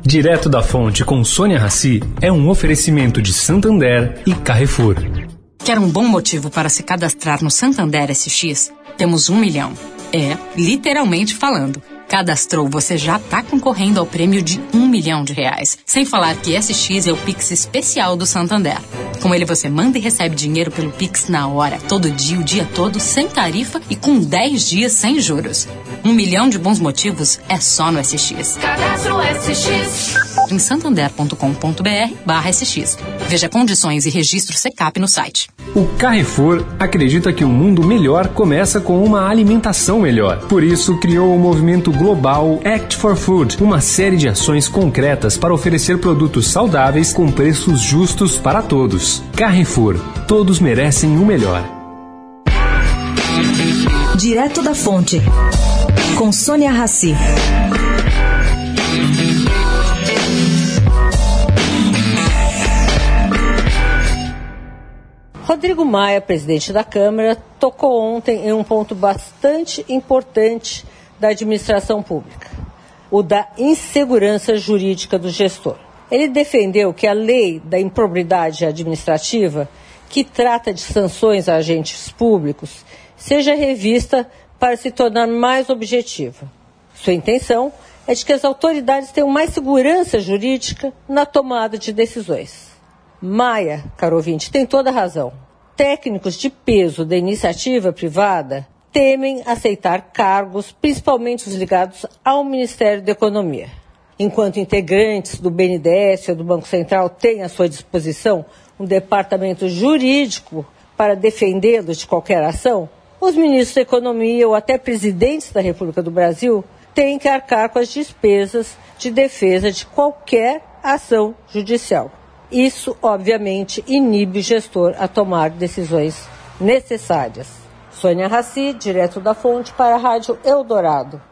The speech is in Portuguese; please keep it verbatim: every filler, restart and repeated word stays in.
Direto da Fonte com Sônia Rassi é um oferecimento de Santander e Carrefour. Quer um bom motivo para se cadastrar no Santander S X? Temos um milhão. É, literalmente falando. Cadastrou, você já está concorrendo ao prêmio de um milhão de reais. Sem falar que S X é o Pix especial do Santander. Com ele você manda e recebe dinheiro pelo Pix na hora, todo dia, o dia todo, sem tarifa e com dez dias sem juros. Um milhão de bons motivos é só no S X. Cadastro S X. Em santander.com.br barra SX. Veja condições e registro Secap no site. O Carrefour acredita que um mundo melhor começa com uma alimentação melhor. Por isso, criou o movimento global Act for Food, uma série de ações concretas para oferecer produtos saudáveis com preços justos para todos. Carrefour, todos merecem o melhor. Direto da Fonte, com Sônia Rassi. Rodrigo Maia, presidente da Câmara, tocou ontem em um ponto bastante importante da administração pública, o da insegurança jurídica do gestor. Ele defendeu que a lei da improbidade administrativa, que trata de sanções a agentes públicos, seja revista para se tornar mais objetiva. Sua intenção é de que as autoridades tenham mais segurança jurídica na tomada de decisões. Maia, caro ouvinte, tem toda a razão. Técnicos de peso da iniciativa privada temem aceitar cargos, principalmente os ligados ao Ministério da Economia. Enquanto integrantes do B N D E S ou do Banco Central têm à sua disposição um departamento jurídico para defendê-los de qualquer ação, os ministros da Economia ou até presidentes da República do Brasil têm que arcar com as despesas de defesa de qualquer ação judicial. Isso, obviamente, inibe o gestor a tomar decisões necessárias. Sônia Rassi, direto da Fonte, para a Rádio Eldorado.